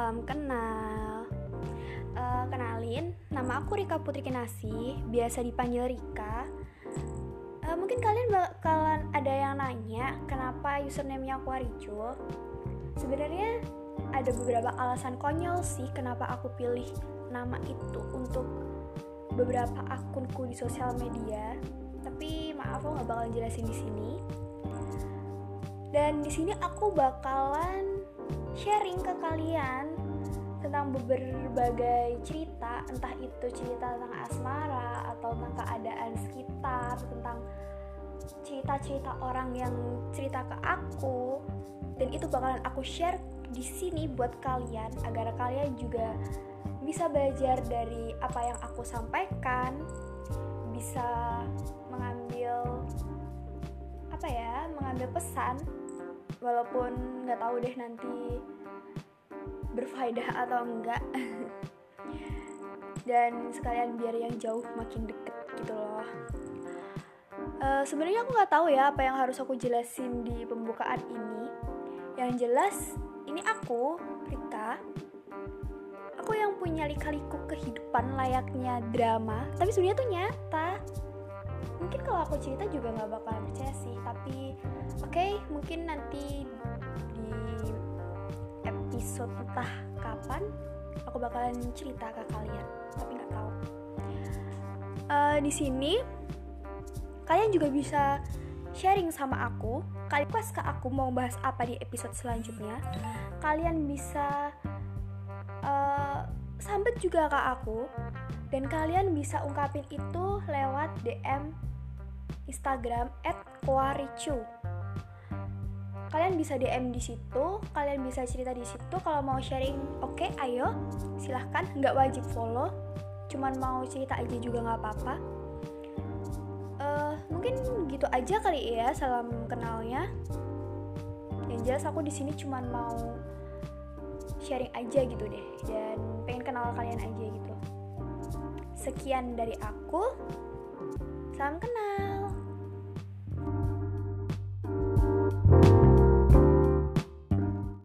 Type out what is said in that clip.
Salam kenal. Kenalin, nama aku Rika Putri Kinasi, biasa dipanggil Rika. Mungkin kalian bakalan ada yang nanya kenapa username-nya aku Aricul. Sebenarnya ada beberapa alasan konyol sih kenapa aku pilih nama itu untuk beberapa akunku di sosial media. Tapi maaf, aku nggak bakalan jelasin di sini. Dan di sini aku bakalan sharing ke kalian tentang berbagai cerita, entah itu cerita tentang asmara atau tentang keadaan sekitar, tentang cerita-cerita orang yang cerita ke aku, dan itu bakalan aku share di sini buat kalian agar kalian juga bisa belajar dari apa yang aku sampaikan, bisa mengambil pesan, walaupun nggak tahu deh nanti berfaedah atau enggak. Dan sekalian biar yang jauh makin deket gitu loh. Sebenarnya aku nggak tahu ya apa yang harus aku jelasin di pembukaan ini. Yang jelas ini aku Rika, aku yang punya lika-liku kehidupan layaknya drama, tapi sebenarnya tuh nyata. Mungkin kalau aku cerita juga nggak bakalan percaya sih, tapi oke, mungkin nanti di episode entah kapan aku bakalan cerita ke kalian, tapi nggak tahu. Di sini kalian juga bisa sharing sama aku. Kalian request ke aku mau bahas apa di episode selanjutnya. Kalian bisa sambet juga ke aku, dan kalian bisa ungkapin itu lewat DM Instagram @koaricu. Kalian bisa DM di situ, kalian bisa cerita di situ. Kalau mau sharing, oke, ayo, silahkan. Nggak wajib follow, cuman mau cerita aja juga nggak apa-apa. Mungkin gitu aja kali ya, salam kenalnya. Yang jelas aku di sini cuman mau sharing aja gitu deh, dan pengen kenal kalian aja gitu. Sekian dari aku, salam kenal.